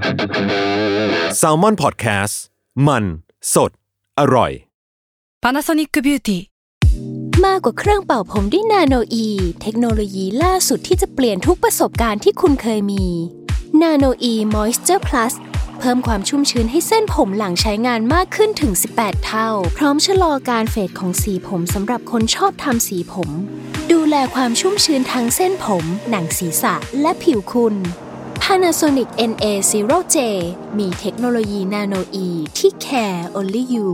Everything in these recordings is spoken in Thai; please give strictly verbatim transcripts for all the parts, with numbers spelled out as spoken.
Salmon Podcast มันสดอร่อย Panasonic Beauty มากกว่าเครื่องเป่าผมด้วยนาโนอีเทคโนโลยีล่าสุดที่จะเปลี่ยนทุกประสบการณ์ที่คุณเคยมีนาโนอี Moisture Plus เพิ่มความชุ่มชื้นให้เส้นผมหลังใช้งานมากขึ้นถึงสิบแปดเท่าพร้อมชะลอการเฟดของสีผมสำหรับคนชอบทำสีผมดูแลความชุ่มชื้นทั้งเส้นผมหนังศีรษะและผิวคุณ Panasonic เอ็น เอ ศูนย์ เจ มีเทคโนโลยีนาโนอีที่ care only you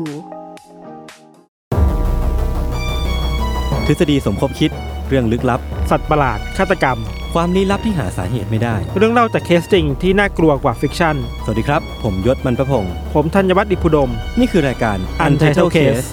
ทฤษฎีสมคบคิดเรื่องลึกลับสัตว์ประหลาดฆาตกรรมความลี้ลับที่หาสาเหตุไม่ได้เรื่องเล่าจากเคสจริงที่น่ากลัวกว่าฟิกชั่นสวัสดีครับผมยศมันประพงษ์ผมธัญวัฒน์อิพุดมนี่คือรายการ Untitled Case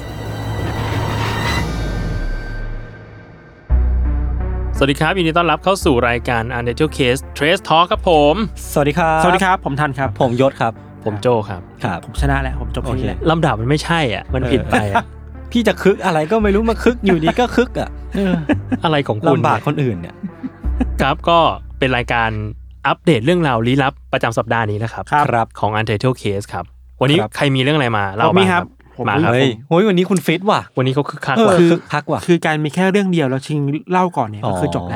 สวัสดีครับยินดีต้อนรับเข้าสู่รายการ Untitled Case Trace Talk ครับผมสวัสดีครับสวัสดีครับผมทันครับผมยศครับผมโจครับครับผมชนะแล้วผมจบแค่นี้แหละลำดับมันไม่ใช่อ่ะมันผิดไปอ่ะพี่จะคึกอะไรก็ไม่รู้มาคึกอยู่ดีก็คึกอ่ะอะไรของคุณลำบากคนอื่นเนี่ยครับก็เป็นรายการอัปเดตเรื่องราวลี้ลับประจำสัปดาห์นี้นะครับครับของ Untitled Case ครับวันนี้ใครมีเรื่องอะไรมาเล่าบ้างครับมาครับโอ้ยวันนี้คุณฟิตว่ะวันนี้เขาคึกคักว่ะคึกคักว่ะคือการมีแค่เรื่องเดียวแล้วชิงเล่าก่อนเนี่ยก็คือจบแล้ว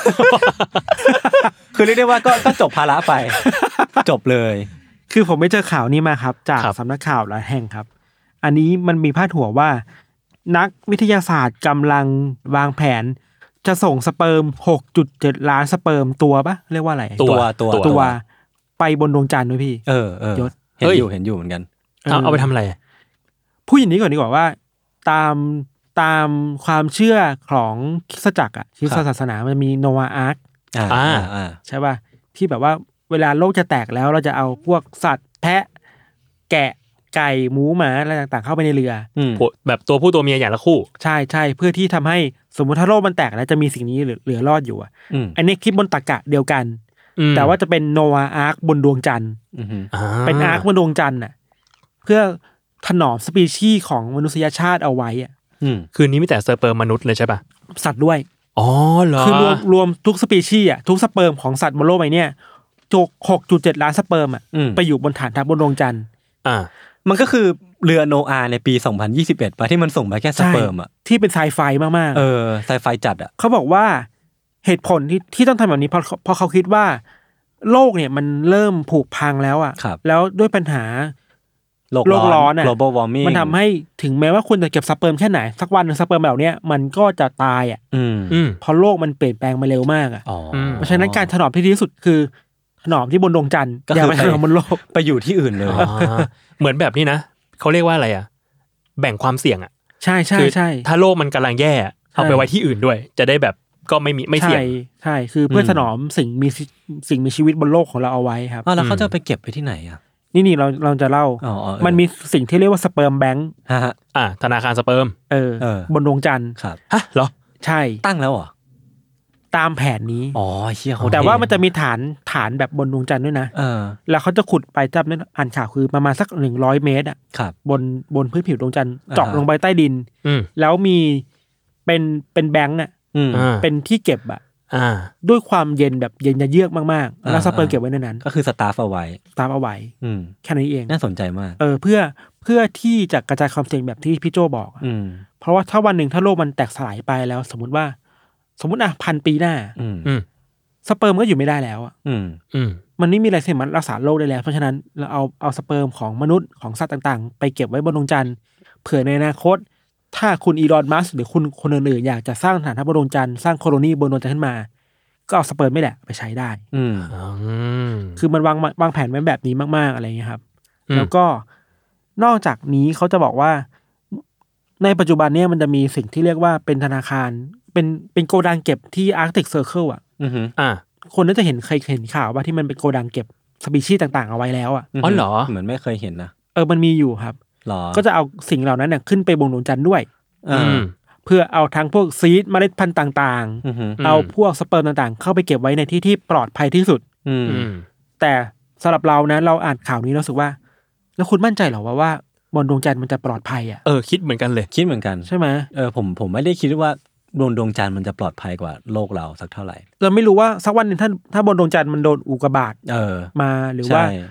คือเรียกได้ว่าก็ก็จบภาระไปจบเลยคือผมไม่เจอข่าวนี้มาครับจากสำนักข่าวหลายแห่งครับอันนี้มันมีพาดหัวว่านักวิทยาศาสตร์กำลังวางแผนจะส่งสเปิร์ม หกจุดเจ็ด ล้านสเปิร์มตัวปะเรียกว่าอะไรตัวตัวตัวไปบนดวงจันทร์ด้วยพี่เออเออเห็นอยู่เห็นอยู่เหมือนกันเอาเอาไปทำอะไรผู้หญิงนี้ก่อนดีกว่าว่าตามตามความเชื่อของคริสตจักรอ่ะคริสตศาสนามันมีโนอาห์อาร์คอ่าอ่าใช่ป่ะที่แบบว่าเวลาโลกจะแตกแล้วเราจะเอาพวกสัตว์แพะแกะไก่หมูหมาอะไรต่างๆเข้าไปในเรือแบบตัวผู้ตัวเมียอย่างละคู่ใช่ใช่เพื่อที่ทำให้สมมติถ้าโลกมันแตกแล้วจะมีสิ่งนี้เหลือรอดอยู่อ่ะอันนี้คิดบนตรรกะเดียวกันแต่ว่าจะเป็นโนอาห์อาร์คบนดวงจันทร์เป็นอาร์คบนดวงจันทร์อ่ะเพื่อถนอมสปีชีส์ของมนุษยชาติเอาไว้อ่ะคืนนี้มีแต่สเปิร์มมนุษย์เลยใช่ป่ะสัตว์ด้วยอ๋อเหรอคือรวมรวมทุกสปีชีส์อ่ะทุกสเปิร์มของสัตว์บนโลกใบนี้จก หกจุดเจ็ด ล้านสเปิร์มอ่ะไปอยู่บนฐานทัพบนดวงจันทร์อ่ามันก็คือเรือโนอาห์ในปีสองพันยี่สิบเอ็ดป่ะที่มันส่งมาแค่สเปิร์มอ่ะที่เป็นไซไฟมากๆเออไซไฟจัดอ่ะเขาบอกว่าเหตุผลที่ที่ต้องทำแบบนี้เพราะเพราะเขาคิดว่าโลกเนี่ยมันเริ่มผุพังแล้วอ่ะแล้วด้วยปัญหาโลกร้อนอ่ะ global warming มันทำให้ถึงแม้ว่าคุณจะเก็บสเปิร์มแค่ไหนสักวันนึงสเปิร์มแบบเนี้ยมันก็จะตายอ่ะเพราะโลกมันเปลี่ยนแปลงมาเร็วมากอ่ะเพราะฉะนั้นการถนอมที่ดีที่สุดคือถนอมที่บนดวงจันทร์อย่าไปถนอมบนโลกไปอยู่ที่อื่นเลยเหมือนแบบนี้นะเขาเรียกว่าอะไรอ่ะแบ่งความเสี่ยงอ่ะใช่ใช่ใช่ถ้าโลกมันกำลังแย่เอาไปไว้ที่อื่นด้วยจะได้แบบก็ไม่มีไม่เสี่ยงใช่คือเพื่อถนอมสิ่งมีสิ่งมีชีวิตบนโลกของเราเอาไว้ครับอ๋อแล้วเขาจะไปเก็บไปที่ไหนอ่ะนี่นี่เราเราจะเล่ามันมีสิ่งที่เรียกว่าสเปิร์มแบงค์ฮะอ่าธนาคารสเปิร์มเออบนดวงจันทร์ครับฮะเหรอใช่ตั้งแล้วเหรอตามแผนนี้อ๋อเชี่ยแต่ว่ามันจะมีฐานฐานแบบบนดวงจันทร์ด้วยนะเออแล้วเขาจะขุดไปจำได้อ่านข่าวคือประมาณสักหนึ่งร้อยเมตรอ่ะบนบนพื้นผิวดวงจันทร์เจาะลงไปใต้ดินแล้วมีเป็นเป็นแบงค์อ่ะเป็นที่เก็บอ่ะด้วยความเย็นแบบเย็นเยือกมากๆแล้วสเปิร์มเก็บไว้ในนั้นก็คือสตาร์ฟเอาไว้สตาร์ฟเอาไว้แค่นี้เองน่าสนใจมากเออเพื่อเพื่อที่จะกระจายความเสี่ยงแบบที่พี่โจบอกเพราะว่าถ้าวันหนึ่งถ้าโลกมันแตกสลายไปแล้วสมมติว่าสมมติอ่ะพันปีหน้าสเปิร์มก็อยู่ไม่ได้แล้วอ่ะมันไม่มีอะไรสามารถรักษาโรคได้แล้วเพราะฉะนั้นเราเอาเอาสเปิร์มของมนุษย์ของสัตว์ต่างๆไปเก็บไว้บนดวงจันทร์เผื่อในอนาคตถ้าคุณอีลอนมัสก์หรือคุณคนอื่นๆอยากจะสร้างฐานทัพบนดวงจันทร์สร้างโคโลนีบนดวงจันทร์ขึ้นมาก็เอาสเปิร์มไม่แหละไปใช้ได้คือมันวางวางแผนไว้แบบนี้มากๆอะไรอย่างเงี้ยครับแล้วก็นอกจากนี้เขาจะบอกว่าในปัจจุบันเนี่ยมันจะมีสิ่งที่เรียกว่าเป็นธนาคารเป็นเป็นโกดังเก็บที่ Arctic Circle อ่ะอ่าคนน่าจะเห็นเคยเห็นข่าวว่าที่มันเป็นโกดังเก็บสปีชีส์ต่างๆเอาไว้แล้วอ่ะอ๋อเหรอเหมือนไม่เคยเห็นนะเออมันมีอยู่ครับก็จะเอาสิ่งเหล่านั้นเนี่ยขึ้นไปบนดวงจันทร์ด้วยเพื่อเอาทั้งพวกซีดเมล็ดพันธุ์ต่างๆเอาพวกสเปิร์มต่างๆเข้าไปเก็บไว้ในที่ที่ปลอดภัยที่สุดแต่สำหรับเรานะเราอ่านข่าวนี้เราสึกว่าแล้วคุณมั่นใจเหรอว่าว่าบนดวงจันทร์มันจะปลอดภัยอ่ะเออคิดเหมือนกันเลยคิดเหมือนกันใช่ไหมเออผมผมไม่ได้คิดว่าบนดวงจันทร์มันจะปลอดภัยกว่าโลกเราสักเท่าไหร่เราไม่รู้ว่าสักวันนึงถ้าถ้าบนดวงจันทร์มันโดนอุกกาบาตเออมาหรือว่า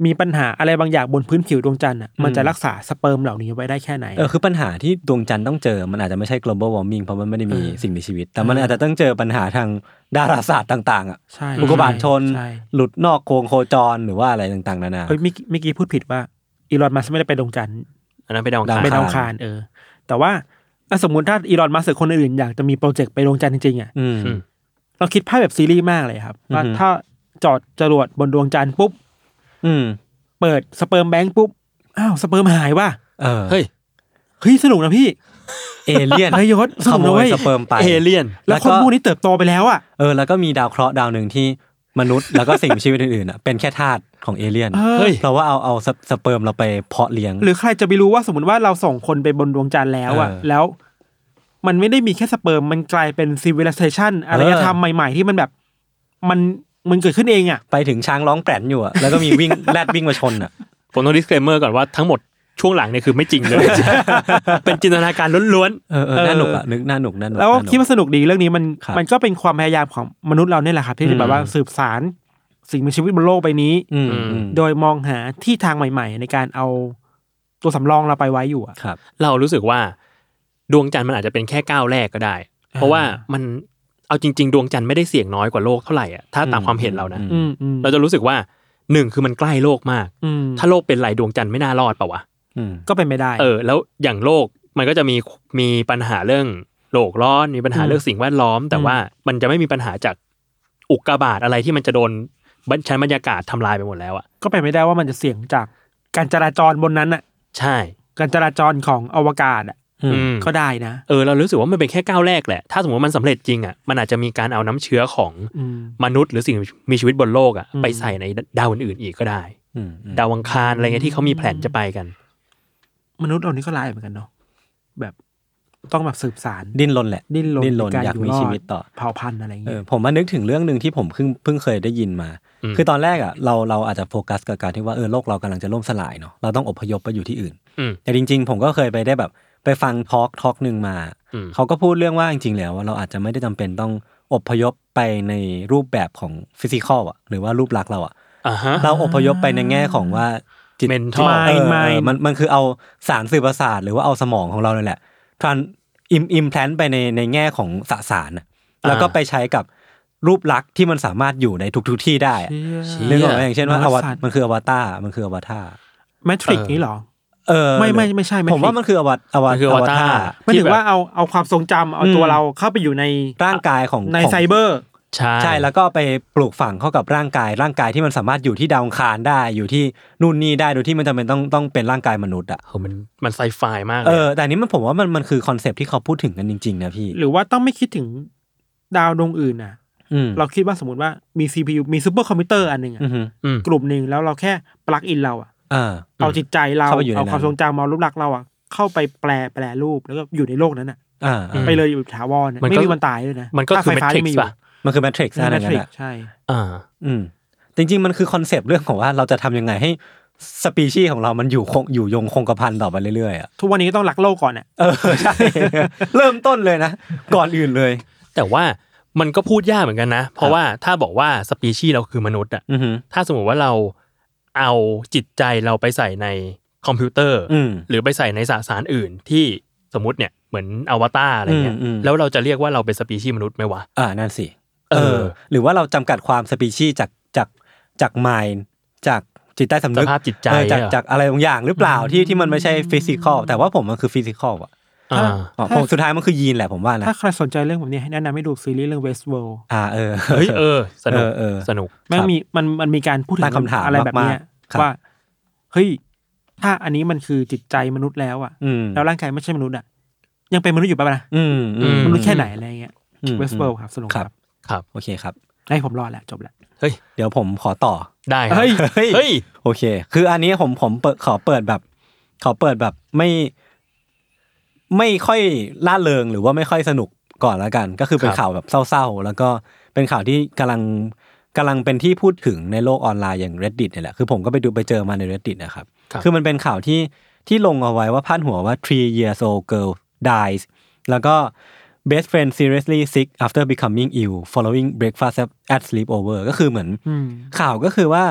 มีปัญหาอะไรบางอย่างบนพื้นผิวดวงจันทร์อ่ะมันจะรักษาสเปิร์มเหล่านี้ไว้ได้แค่ไหนเออคือปัญหาที่ดวงจันทร์ต้องเจอมันอาจจะไม่ใช่ global warming เพราะมันไม่ได้มีสิ่งมีชีวิตแต่มันอาจจะต้องเจอปัญหาทางดาราศาสตร์ต่างๆอ่ะอุกกาบาตชนหลุดนอกโครงโคจรหรือว่าอะไรต่างๆนานาเฮ้ยเมื่อกี้พูดผิดว่าอีลอนมัสก์ไม่ได้ไปดวงจันทร์อันนั้นไปดาวอังคารไปดาวอังคารเออแต่ว่าสมมุติถ้าอีลอนมัสก์หรือคนอื่นอยากจะมีโปรเจกต์ไปดวงจันทร์จริงๆอ่ะเราคิดภาพแบบซีรีส์มากเลยครับว่าถ้าจอดจรวดบนดวงจันทร์ปุ๊บเปิดสเปิร์มแบงค์ปุ๊บอ้าวสเปิร์มหายว่ะเฮ้ยเฮ้ยสนุกนะพี่เอเลี่ยนเฮ้ยยศขโมยสเปิร์มไปเอเลี่ยนแล้วคนพวกนี้เติบโตไปแล้วอ่ะเออแล้วก็มีดาวเคราะห์ดาวนึงที่มนุษย์แล้วก็สิ่งมีชีวิตอื่นๆอ่ะเป็นแค่ทาสของเอเลี่ยนเพราะว่าเอาเอาสเปิร์มเราไปเพาะเลี้ยงหรือใครจะไปรู้ว่าสมมติว่าเราส่งคนไปบนดวงจันทร์แล้วอ่ะแล้วมันไม่ได้มีแค่สเปิร์มมันกลายเป็นซีวิลิเซชันอารยธรรมใหม่ๆที่มันแบบมันมันเกิดขึ้นเองอ่ะไปถึงช้างร้องแปรนอยู่อ่ะแล้วก็มีวิ่งแรดวิ่งมาชนอ่ะผมต้อง disclaimer ก่อนว่าทั้งหมดช่วงหลังเนี่ยคือไม่จริงเลย เป็นจินตนาการล้วนๆเออๆน่าหนุกอ่ะนึกน่าหนุกน่าหนุกแล้วคิดว่าสนุกดีเรื่องนี้มันมันก็เป็นความพยายามของมนุษย์เราเนี่ยแหละครับที่แบบว่าสืบสานสิ่งมีชีวิตบนโลกใบนี้โดยมองหาที่ทางใหม่ๆในการเอาตัวสำรองเราไปไว้อยู่อ่ะครับเรารู้สึกว่าดวงจันทร์มันอาจจะเป็นแค่ก้าวแรกก็ได้เพราะว่ามันเอาจริงๆดวงจันทร์ไม่ได้เสี่ยงน้อยกว่าโลกเท่าไหร่อ่ะถ้าตามความเห็นเรานะเราจะรู้สึกว่าหนึ่งคือมันใกล้โลกมากถ้าโลกเป็นไรดวงจันทร์ไม่น่ารอดป่าวะก็เป็นไม่ได้เออแล้วอย่างโลกมันก็จะมีมีปัญหาเรื่องโลกร้อนมีปัญหาเรื่องสิ่งแวดล้อมแต่ว่ามันจะไม่มีปัญหาจากอุกกาบาตอะไรที่มันจะโดนชั้นบรรยากาศทำลายไปหมดแล้วอ่ะก็เป็นไม่ได้ว่ามันจะเสี่ยงจากการจราจรบนนั้นอ่ะใช่การจราจรของอวกาศอ่ะก็ได้นะเออเรารู้สึกว่ามันเป็นแค่ก้าวแรกแหละถ้าสมมติมันสำเร็จจริงอ่ะมันอาจจะมีการเอาน้ำเชื้อของมนุษย์หรือสิ่งมีชีวิตบนโลกอ่ะไปใส่ในดาวอื่นๆอีกก็ได้ดาวอังคารอะไรเงี้ยที่เขามีแผนจะไปกันมนุษย์เรานี่ก็ร้ายเหมือนกันเนาะแบบต้องแบบสืบสารดิ้นรนแหละดิ้นรนรนอยากมีชีวิตต่อเผ่าพันธุ์อะไรอย่างเงี้ยผมมานึกถึงเรื่องนึงที่ผมเพิ่งเพิ่งเคยได้ยินมาคือตอนแรกอ่ะเราเราอาจจะโฟกัสกับการที่ว่าเออโลกเรากำลังจะล่มสลายเนาะเราต้องอพยพไปอยู่ที่อื่นแต่จริงๆผมก็เคยไปได้แบบไปฟังทอล์กทอล์กนึงมาเขาก็พูดเรื่องว่าจริงๆแล้วว่าเราอาจจะไม่ได้จำเป็นต้องอพยพไปในรูปแบบของฟิสิกอลอ่ะหรือว่ารูปลักษณ์เราอ่ะเราอพยพไปในแง่ของว่าจิต mental มันมันคือเอาสารสื่อประสาทหรือว่าเอาสมองของเราเนี่ยแหละทรานอิมอิมแพลนต์ไปในในแง่ของสสารแล้วก็ไปใช้กับรูปลักษณ์ที่มันสามารถอยู่ในทุกๆที่ได้เรื่องอย่างเช่นว่าอวตารมันคืออวตารมันคืออวตารแมทริกซ์นี่หรอเออไม่ไม่ไม่ใช่ผมว่ามันคืออวตอวตารไม่ถึงว่าเอาเอาความทรงจำเอาตัวเราเข้าไปอยู่ในร่างกายของในไซเบอร์ใช่ใช่แล้วก็ไปปลูกฝังเข้ากับร่างกายร่างกายที่มันสามารถอยู่ที่ดาวอังคารได้อยู่ที่นู่นนี่ได้โดยที่มันจำเป็นต้องต้องเป็นร่างกายมนุษย์อ่ะเออมันมันไซไฟมากเลยเออแต่นี้มันผมว่ามันมันคือคอนเซปต์ที่เขาพูดถึงกันจริงๆนะพี่หรือว่าต้องไม่คิดถึงดาวดวงอื่นน่ะเราคิดว่าสมมติว่ามี ซี พี ยู มีซูเปอร์คอมพิวเตอร์อันนึงอ่ะกลุ่มนึงแล้วเราแค่ปลั๊กอินเราอ่ะเอาจิตใจเราเอาความทรงจำเอารูปลักษณ์เราอ่ะเข้าไปแปลแปลรูปแล้วก็อยู่ในโลกนั้นอ่ะไปเลยอยู่ถาวรไม่มีวันตายเลยนะมันก็คือแมทริกซ์ป่ะมันคือแมทริกซ์นั่นแหละใช่อ่าอืมจริงๆมันคือคอนเซปต์เรื่องของว่าเราจะทำยังไงให้สปีชีส์ของเรามันอยู่คงอยู่ยงคงกระพันต่อไปเรื่อยๆอ่ะทุกวันนี้ก็ต้องรักโลกก่อนอ่ะเออใช่เริ่มต้นเลยนะก่อนอื่นเลยแต่ว่ามันก็พูดยากเหมือนกันนะเพราะว่าถ้าบอกว่าสปีชีส์เราคือมนุษย์อ่ะถ้าสมมติว่าเราเอาจิตใจเราไปใส่ในคอมพิวเตอร์หรือไปใส่ในสสารอื่นที่สมมุติเนี่ยเหมือนอวตารอะไรเงี้ยแล้วเราจะเรียกว่าเราเป็นสปีชีส์มนุษย์ไหมวะอ่านั่นสิเออหรือว่าเราจำกัดความสปีชีส์จากจากจากมายด์จากจิตใต้สำนึกสภาพจิตใจจากจากอะไรบางอย่างหรือเปล่าที่ที่มันไม่ใช่ฟิสิกอลแต่ว่าผมมันคือฟิสิกอลอ่ะผมสุดท้ายมันคือยีนแหละผมว่านะถ้าใครสนใจเรื่องแบบนี้ให้แนะนำให้ดูซีรีส์เรื่อง Westworld อ่าเออเฮ้ยเออสนุกสนุกมันมีมันมันมีการพูดถึงอะไรแบบนี้ว่าเฮ้ยถ้าอันนี้มันคือจิตใจมนุษย์แล้วอ่ะแล้วร่างกายไม่ใช่มนุษย์อ่ะยังเป็นมนุษย์อยู่ป่ะนะมนุษย์แค่ไหนอะไรเงี้ยWestworld ครับสนุกครับครับโอเคครับให้ผมรอดแหละจบแล้วเฮ้ยเดี๋ยวผมขอต่อได้เฮ้ยเฮ้ยโอเคคืออันนี้ผมผมเปิดขอเปิดแบบขอเปิดแบบไม่ไม่ค่อยล่าเริงหรือว่าไม่ค่อยสนุกก่อนแล้วกันก็คือเป็นข่าวแบบเศร้าๆแล้วก็เป็นข่าวที่กำลังกำลังเป็นที่พูดถึงในโลกออนไลน์อย่าง Reddit นี่แหละคือผมก็ไปดูไปเจอมาใน Reddit นะครับคือมันเป็นข่าวที่ที่ลงเอาไว้ว่าพาดหัวว่า three years old girl dies แล้วก็ best friend seriously sick after becoming ill following breakfast at sleepover ก็คือเหมือนข่าวก็คือว่า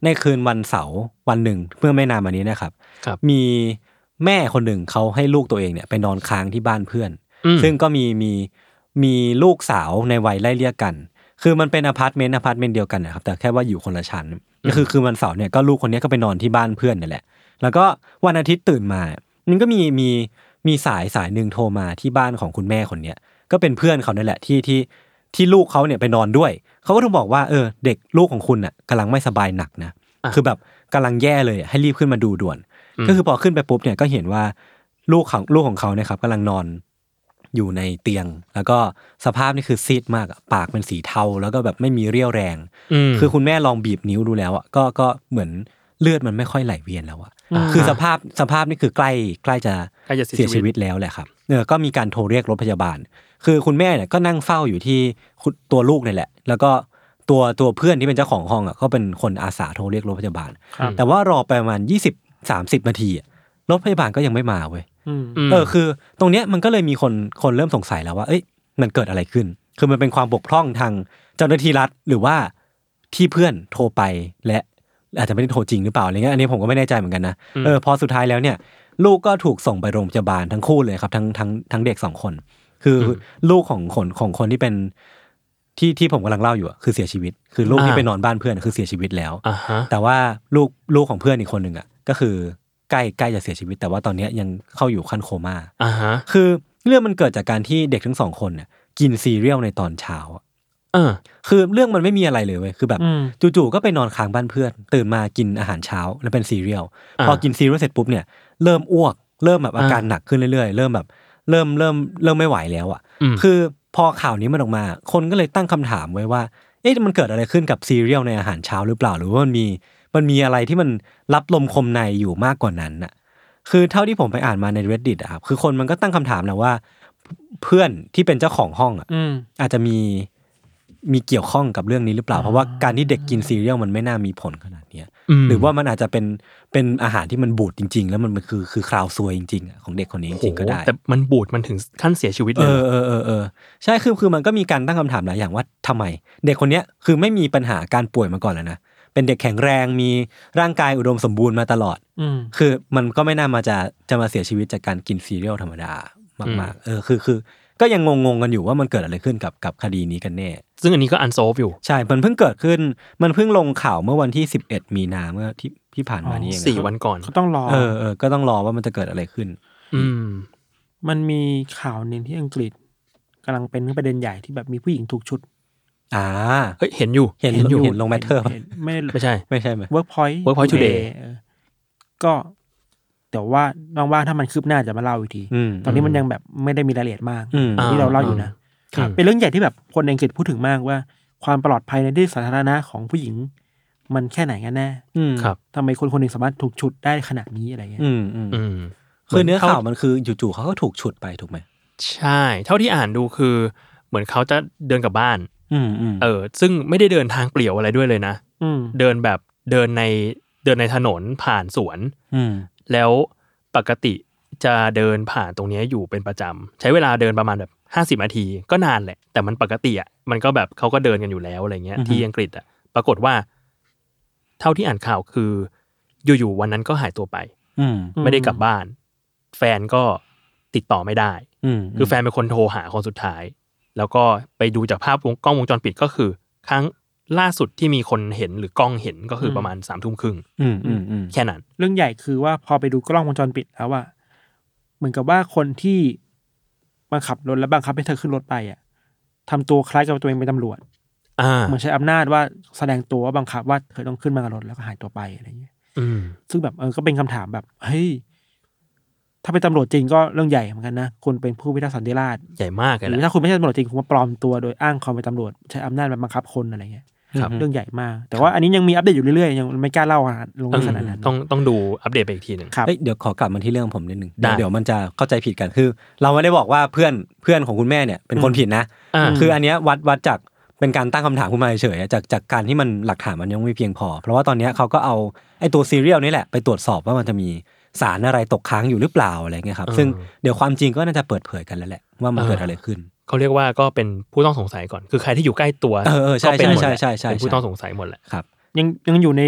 ในคืนวันเสาร์วันหนึ่งเมื่อไม่นานมานี้นะครับครับมีแม่คนหนึ่งเขาให้ลูกตัวเองเนี่ยไปนอนค้างที่บ้านเพื่อนซึ่งก็มีมีมีลูกสาวในวัยไล่เลี่ยกันคือมันเป็นอพาร์ตเมนต์อพาร์ตเมนต์เดียวกันนะครับแต่แค่ว่าอยู่คนละชั้นก็คือคือวันเสาร์เนี่ยก็ลูกคนนี้ก็ไปนอนที่บ้านเพื่อนนี่แหละแล้วก็วันอาทิตย์ตื่นมามันก็มีมีมีสายสายนึงโทรมาที่บ้านของคุณแม่คนเนี้ยก็เป็นเพื่อนเขานั่นแหละที่ที่ที่ลูกเขาเนี่ยไปนอนด้วยเขาก็ต้องบอกว่าเออเด็กลูกของคุณน่ะกำลังไม่สบายหนักนะคือแบบกำลังแย่เลยให้รีบขึ้นมาดูด่วนก็คือพอขึ้นไปปุ๊บเนี่ยก็เห็นว่าลูกของลูกของเขาเนี่ยครับกำลังนอนอยู่ในเตียงแล้วก็สภาพนี่คือซีดมากอ่ะปากเป็นสีเทาแล้วก็แบบไม่มีเรี่ยวแรงคือคุณแม่ลองบีบนิ้วดูแล้วอ่ะก็ก็เหมือนเลือดมันไม่ค่อยไหลเวียนแล้วอ่ะคือสภาพสภาพนี่คือใกล้ใกล้จะเสียชีวิตแล้วแหละครับเออก็มีการโทรเรียกรถพยาบาลคือคุณแม่เนี่ยก็นั่งเฝ้าอยู่ที่ตัวลูกนี่แหละแล้วก็ตัวตัวเพื่อนที่เป็นเจ้าของห้องอ่ะก็เป็นคนอาสาโทรเรียกรถพยาบาลแต่ว่ารอไปประมาณยี่สิบ สามสิบนาทีรถพยาบาลก็ยังไม่มาเว้ยเออคือตรงเนี้ยมันก็เลยมีคนคนเริ่มสงสัยแล้วว่าเอ้ยมันเกิดอะไรขึ้นคือมันเป็นความบกพร่องทางเจ้าหน้าที่รัฐหรือว่าที่เพื่อนโทรไปและอาจจะไม่ได้โทรจริงหรือเปล่าอะไรเงี้ยอันนี้ผมก็ไม่แน่ใจเหมือนกันนะเออพอสุดท้ายแล้วเนี่ยลูกก็ถูกส่งไปโรงพยาบาลทั้งคู่เลยครับทั้งทั้งทั้งเด็กสองคนคือลูกของคนของคนที่เป็นที่ที่ผมกำลังเล่าอยู่อ่ะคือเสียชีวิตคือลูกที่ไปนอนบ้านเพื่อนคือเสียชีวิตแล้วแต่ว่าลูกลูกของเพื่อนอีกคนหนึ่งอ่ะก็คือใกล้ใกล้จะเสียชีวิตแต่ว่าตอนนี้ยังเข้าอยู่ขั้นโคม่าคือเรื่องมันเกิดจากการที่เด็กทั้งสองคนเนี่ยกินซีเรียลในตอนเช้าเออคือเรื่องมันไม่มีอะไรเลยเว้ยคือแบบจู่ๆก็ไปนอนค้างบ้านเพื่อนตื่นมากินอาหารเช้าแล้วเป็นซีเรียลพอกินซีเรียลเสร็จปุ๊บเนี่ยเริ่มอ้วกเริ่มแบบอาการหนักขึ้นเรื่อยๆเริ่มแบบเริ่มเริ่มเริ่มไม่ไหวแล้วอ่ะคือพอข่าวนี้มันออกมาคนก็เลยตั้งคำถามไว้ว่าเอ๊ะมันเกิดอะไรขึ้นกับซีเรียลในอาหารเช้าหรือเปล่าหรือว่ามันมีมันมีอะไรที่มันรับลมคมในอยู่มากกว่านั้นน่ะคือเท่าที่ผมไปอ่านมาใน Reddit อ่ะครับคือคนมันก็ตั้งคำถามนะว่าเพื่อนที่เป็นเจ้าของห้องอ่ะอาจจะมีมีเกี่ยวข้องกับเรื่องนี้หรือเปล่าเพราะว่าการที่เด็กกินซีเรียลมันไม่น่ามีผลขนาดนี้หรือว่ามันอาจจะเป็นเป็นอาหารที่มันบูดจริงๆแล้วมันคือคือคราวซวยจริงๆของเด็กคนนี้จริงๆก็ได้แต่มันบูดมันถึงขั้นเสียชีวิตเลยเออเออเออเออใช่คือคือมันก็มีการตั้งคำถามหลายอย่างว่าทำไมเด็กคนนี้คือไม่มีปัญหาการป่วยมาก่อนแล้วนะเป็นเด็กแข็งแรงมีร่างกายอุดมสมบูรณ์มาตลอดคือมันก็ไม่น่ามาจะจะมาเสียชีวิตจากการกินซีเรียลธรรมดามากๆเออคือคือก็ยังงงๆกันอยู่ว่ามันเกิดอะไรขึ้นกับกับคดีนี้กันแน่ซึ่งอันนี้ก็อันโซฟอยู่ใช่มันเพิ่งเกิดขึ้นมันเพิ่งลงข่าวเมื่อวันที่สิบเอ็ดมีนาเมื่อที่ที่ผ่านมานี้เองสี่วันก่อนก็ต้องรอเออเออก็ต้องรอว่ามันจะเกิดอะไรขึ้นอืมมันมีข่าวนึงที่อังกฤษกำลังเป็นประเด็นใหญ่ที่แบบมีผู้หญิงถูกชุดอ่าเฮ้ยเห็นอยู่เห็นอยู่เห็นลงแมทเทอร์ไม่ไม่ใช่ไม่ใช่มั้ย Workpoint Workpoint Today ก็แต่ว่าว่างๆถ้ามันคืบหน้าจะมาเล่าอีกทีตอนนี้มันยังแบบไม่ได้มีรายละเอียดมากที่เราเล่าอยู่นะเป็นเรื่องใหญ่ที่แบบคนอังกฤษพูดถึงมากว่าความปลอดภัยในที่สาธารณะของผู้หญิงมันแค่ไหนกันแน่ทำไมคนคนหนึ่งสามารถถูกฉุดได้ขนาดนี้อะไรเงี้ยคือเนื้อข่าวมันคือจู่ๆเขาก็ถูกฉุดไปถูกไหมใช่เท่าที่อ่านดูคือเหมือนเขาจะเดินกลับบ้านเออซึ่งไม่ได้เดินทางเปลี่ยวอะไรด้วยเลยนะเดินแบบเดินในเดินในถนนผ่านสวนแล้วปกติจะเดินผ่านตรงนี้อยู่เป็นประจำใช้เวลาเดินประมาณแบบห้าสิบนาทีก็นานแหละแต่มันปกติอ่ะมันก็แบบเขาก็เดินกันอยู่แล้วอะไรเงี้ยที่อังกฤษอ่ะปรากฏว่าเท่าที่อ่านข่าวคืออยู่ๆวันนั้นก็หายตัวไปไม่ได้กลับบ้านแฟนก็ติดต่อไม่ได้คือแฟนเป็นคนโทรหาคนสุดท้ายแล้วก็ไปดูจากภาพกล้องวงจรปิดก็คือครั้งล่าสุดที่มีคนเห็นหรือกล้องเห็นก็คือประมาณสามทุ่มครึ่งแค่นั้นเรื่องใหญ่คือว่าพอไปดูกล้องวงจรปิดแล้วว่าเหมือนกับว่าคนที่มาขับรถแล้วบังคับให้เธอขึ้นรถไปอ่ะทำตัวคล้ายกับตัวเองเป็นตำรวจเหมือนใช้อำนาจว่าแสดงตัวว่าบังคับว่าเธอต้องขึ้นมากับรถแล้วก็หายตัวไปอะไรอย่างเงี้ยซึ่งแบบเออก็เป็นคำถามแบบเฮ้ยถ้าเป็นตำรวจจริงก็เรื่องใหญ่เหมือนกันนะคุณเป็นผู้พิทักษ์สันติราษฎร์ใหญ่มากเลยหรือถ้าคุณไม่ใช่ตำรวจจริงคุณมาปลอมตัวโดยอ้างความเป็นตำรวจใช้อำนาจบังคับคนอะไรเงี้ยเรื่องใหญ่มากแต่ว่าอันนี้ยังมีอัปเดตอยู่เรื่อยๆยังไม่กล้าเล่าลงในขนาดนั้นต้องต้องดูอัปเดตไปอีกทีนึงเฮ้ยเดี๋ยวขอกลับมาที่เรื่องผมนิดนึงเดี๋ยวมันจะเข้าใจผิดกันคือเราไม่ได้บอกว่าเพื่อนเพื่อนของคุณแม่เนี่ยเป็นคนผิดนะคืออันเนี้ยวัดวัดจากเป็นการตั้งคำถามขึ้นมาเฉยๆจากจากการที่มันหลักฐานมันยังไม่เพียงพอเพราะว่าตอนนี้เขาก็เอาไอ้ตัวซีเรียลนี่แหละไปตรวจสอบว่ามันจะมีสารอะไรตกค้างอยู่หรือเปล่าอะไรเงี้ยครับซึ่งเดี๋ยวความจริงก็น่าจะเปิดเผยกันแล้วแหละว่ามันเกิดอะไรขึ้นเขาเรียกว่าก็เป็นผู้ต้องสงสัยก่อนคือใครที่อยู่ใกล้ตัวก็เป็นใช่ใช่ใช่เป็นผู้ต้องสงสัยหมดแหละครับยังยังอยู่ใน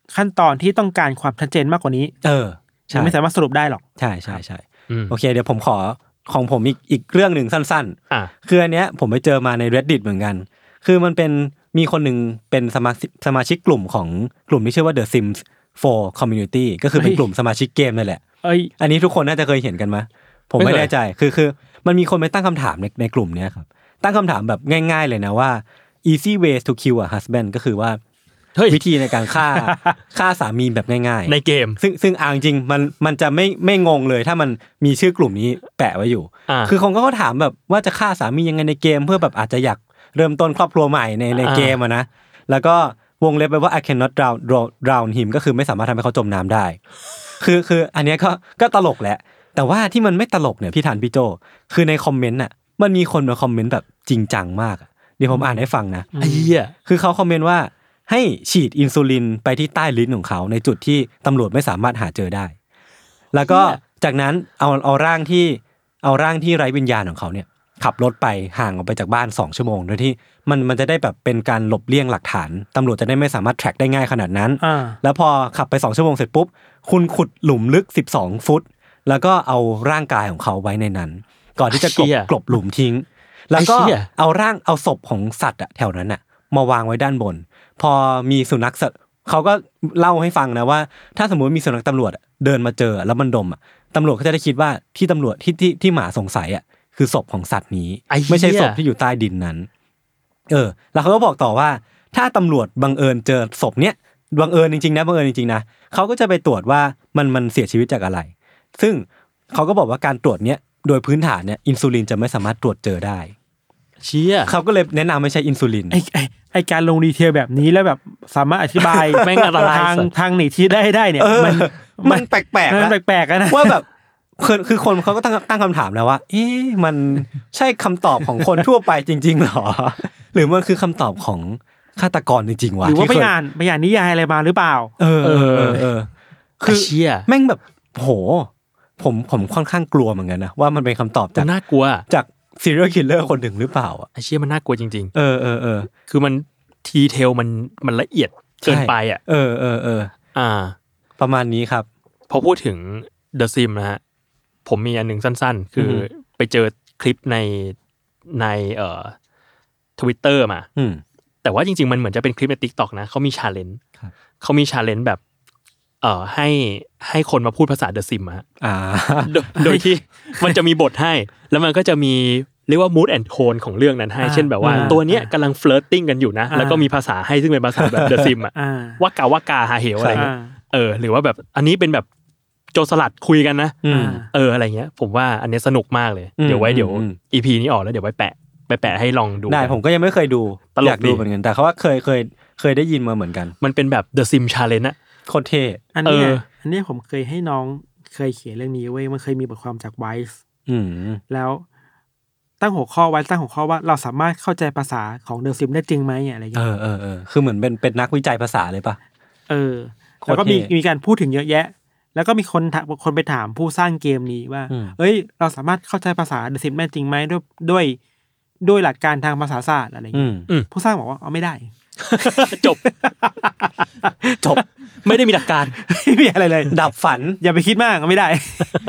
ขั้นตอนที่ต้องการความชัดเจนมากกว่านี้เออยังไม่สามารถสรุปได้หรอกใช่ใช่ใช่โอเคเดี๋ยวผมขอของผมอีกอีกเรื่องหนึ่งสั้นๆคืออันเนี้ยผมไปเจอมาใน Reddit เหมือนกันคือมันเป็นมีคนหนึ่งเป็นสมาชิกสมาชิกกลุ่มของกลุ่มที่ชื่อว่า The Sims โฟร์ Community ก็คือเป็นกลุ่มสมาชิกเกมนั่นแหละอันนี้ทุกคนน่าจะเคยเห็นกันมั้ยผมไม่แน่ใจคือคือมันมีคนไปตั้งคำถามในในกลุ่มเนี้ยครับตั้งคำถามแบบง่ายๆเลยนะว่า easy ways to kill a husband ก็คือว่าวิธีในการฆ่าฆ่าสามีแบบง่ายๆในเกมซึ่งซึ่งเอาจริงๆมันมันจะไม่ไม่งงเลยถ้ามันมีชื่อกลุ่มนี้แปะไว้อยู่คือคนก็ถามแบบว่าจะฆ่าสามียังไงในเกมเพื่อแบบอาจจะอยากเริ่มต้นครอบครัวใหม่ในในเกมอ่ะนะแล้วก็วงเล็บไปว่า I cannot drown drown him ก็คือไม่สามารถทำให้เขาจมน้ำได้คือคืออันนี้ก็ก็ตลกแหละแต่ว่าที่มันไม่ตลกเนี่ยพี่ธันพี่โจคือในคอมเมนต์น่ะมันมีคนมาคอมเมนต์แบบจริงจังมากเดี๋ยวผมอ่านให้ฟังนะไอ้เหี้ยคือเขาคอมเมนต์ว่าให้ฉีดอินซูลินไปที่ใต้ลิ้นของเขาในจุดที่ตำรวจไม่สามารถหาเจอได้แล้วก็จากนั้นเอาเอาร่างที่เอาร่างที่ไร้วิญญาณของเขาเนี่ยขับรถไปห่างออกไปจากบ้านสองชั่วโมงโดยที่มันมันจะได้แบบเป็นการหลบเลี่ยงหลักฐานตำรวจจะได้ไม่สามารถแทร็กได้ง่ายขนาดนั้นแล้วพอขับไปสองชั่วโมงเสร็จปุ๊บคุณขุดหลุมลึกสิบสองฟุตแล้วก็เอาร่างกายของเขาไว้ในนั้นก่อนที่จะกลบกลบหลุมทิ้งแล้วก็เอาร่างเอาศพของสัตว์อะแถวนั้นอะมาวางไว้ด้านบนพอมีสุนัขเขาก็เล่าให้ฟังนะว่าถ้าสมมุติมีสุนัขตำรวจเดินมาเจอแล้วมันดมอะตำรวจก็จะได้คิดว่าที่ตำรวจที่ที่ที่หมาสงสัยอะคือศพของสัตว์นี้ไม่ใช่ศพที่อยู่ใต้ดินนั้นเออแล้วเขาก็บอกต่อว่าถ้าตำรวจบังเอิญเจอศพเนี้ยบังเอิญจริงๆนะบังเอิญจริงๆนะเขาก็จะไปตรวจว่ามันมันเสียชีวิตจากอะไรซึ่งเขาก็บอกว่าการตรวจเนี้ยโดยพื้นฐานเนี่ยอินซูลินจะไม่สามารถตรวจเจอได้เชี่ยเขาก็เลยแนะนำไม่ใช่อินซูลินไอ้ไอ้ไอ้การลงดีเทลแบบนี้แล้วแบบสามารถอธิบายแม่งอะไรทางทางหนีที่ได้ได้เนี่ยมันมันแปลกๆมันแปลกๆนะว่าแบบคือคือคนเขาก็ตั้งตั้งคำถามแล้วว่าเอ๊ะมันใช่คำตอบของคนทั่วไปจริงๆหรอหรือมันคือคำตอบของฆาตกรจริงๆวะหรือว่าไปอ่านไปอ่านนิยายอะไรมาหรือเปล่าเออเออเออคือเชี่ยแม่งแบบโหผมผมค่อนข้างกลัวเหมือนกันนะว่ามันเป็นคำตอบจากน่ากลัวจากซีเรียลคิลเลอร์คนหนึ่งหรือเปล่าอ่ะไอ้เชี่ยมันน่ากลัวจริงๆเออเออเออคือมันทีเทลมันมันละเอียดเกินไปอ่ะเออเออเอออ่าประมาณนี้ครับพอพูดถึง The Sim นะฮะผมมีอันหนึ่งสั้นๆคือไปเจอคลิปในในเอ่อ Twitter มาแต่ว่าจริงๆมันเหมือนจะเป็นคลิปใน TikTok นะเขามี challenge เขามี challenge แบบเอ่อให้ให้คนมาพูดภาษา The Sim อ่ะอ่าโดยที่มันจะมีบทให้แล้วมันก็จะมีเรียกว่า mood and tone ของเรื่องนั้นให้เช่นแบบว่าตัวเนี้ยกำลัง flirting กันอยู่นะแล้วก็มีภาษาให้ซึ่งเป็นภาษาแบบ The Sim อ่ะว่ากาว่ากาหาเหวอะไรเงี้ยเออหรือว่าแบบอันนี้เป็นแบบโจรสลัดคุยกันนะเอออะไรเงี้ยผมว่าอันนี้สนุกมากเลยเดี๋ยวไว้เดี๋ยว อี พี นี้ออกแล้วเดี๋ยวไว้แปะไปแปะให้ลองดูได้ผมก็ยังไม่เคยดูอยากดูเหมือนกันแต่เขาว่าเคยเคยเคยได้ยินมาเหมือนกันมันเป็นแบบ The Sim Challenge นะโคตรเท่อันนี้อันนี้ผมเคยให้น้องเคยเขียนเรื่องนี้เว้ยมันเคยมีบทความจาก Vice อืมแล้วตั้งหัวข้อไว้ตั้งหัวข้อว่าเราสามารถเข้าใจภาษาของ The Sim ได้จริงไหมอะไรอย่างเงี้ยเออเออเออคือเหมือนเป็นเป็นนักวิจัยภาษาเลยป่ะเออแล้วก็มีมีการพูดถึงเยอะแยะแล้วก็มีคนคนไปถามผู้สร้างเกมนี้ว่าเอ้ยเราสามารถเข้าใจภาษา The Sim ได้จริงไหมด้วยด้วยด้วยหลักการทางภาษาศาสตร์อะไรอย่างเงี้ยผู้สร้างบอกว่าเอาไม่ได้จบจบไม่ได้มีหลักการไม่มีอะไรเลยดับฝันอย่าไปคิดมากไม่ได้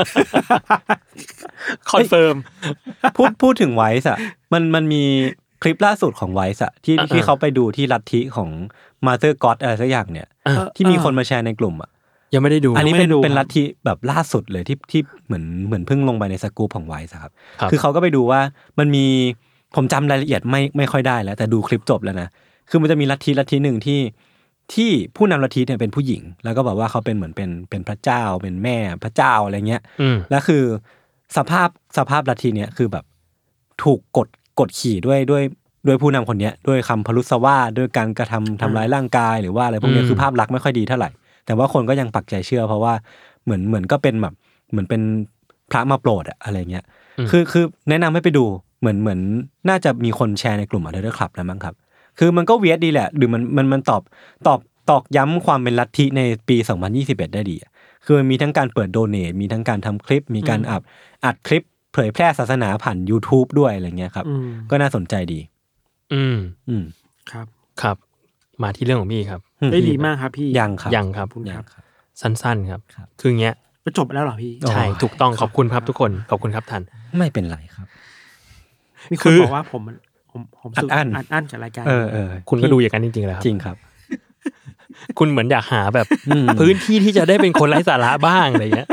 คอนเฟิร์มพูดพูดถึงไวซ์อ่ะมันมันมีคลิปล่าสุดของไวซ์อ่ะที่ที่เขาไปดูที่ลัทธิของมาเธอร์ก็อดอะไรสักอย่างเนี่ยที่มีคนมาแชร์ในกลุ่มอ่ะยังไม่ได้ดูอันนี้เป็นเป็นลัทธิแบบล่าสุดเลยที่ที่เหมือนเหมือนเพิ่งลงไปในสกู๊ปของไวซ์ครับคือเขาก็ไปดูว่ามันมีผมจำรายละเอียดไม่ไม่ค่อยได้แล้วแต่ดูคลิปจบแล้วนะคือมันจะมีลัทธิลัทธิหนึ่งที่ที่ผู้นำลัทธิเนี่ยเป็นผู้หญิงแล้วก็บอกว่าเขาเป็นเหมือนเป็นเป็นพระเจ้าเป็นแม่พระเจ้าอะไรเงี้ยแล้วคือสภาพสภาพลัทธิเนี่ยคือแบบถูกกดกดขี่ด้วยด้วยด้วยผู้นำคนนี้ด้วยคำพลุสวาทด้วยการกระทำทำร้ายร่างกายหรือว่าอะไรพวกนี้คือภาพลักษณ์ไม่ค่อยดีเท่าไหร่แต่ว่าคนก็ยังปักใจเชื่อเพราะว่าเหมือนเหมือนก็เป็นแบบเหมือนเป็นพระมาโปรดอะอะไรเงี้ยคือคือแนะนำให้ไปดูเหมือนเหมือนน่าจะมีคนแชร์ในกลุ่ม Other Club นะมั้งครับคือมันก็เวียดดีแหละหรือมันมันมันตอบตอบตอกย้ำความเป็นลัทธิในปีสองพันยี่สิบเอ็ดได้ดีคือมันมีทั้งการเปิดโดเนทมีทั้งการทำคลิปมีการอัดอัดคลิปเผยแพร่ศาสนาผ่าน YouTube ด้วยอะไรเงี้ยครับก็น่าสนใจดีอืมอืมครับครับมาที่เรื่องของมี่ครับได้ดีมากครับพี่ยังครับยังครับยังครับสั้นๆครับคืออย่างเงี้ยก็จบแล้วเหรอพี่ใช่ถูกต้องขอบคุณครับทุกคนขอบคุณครับท่านไม่เป็นไรครับมีคนบอกว่าผมผมผมสุดอัดอั้นกับรายการเออเออคุณก็ดูอย่างนั้นจริงๆแล้วครับจริงครับคุณเหมือนอยากหาแบบพื้นที่ที่จะได้เป็นคนไร้สาระบ้างอะไรเงี้ย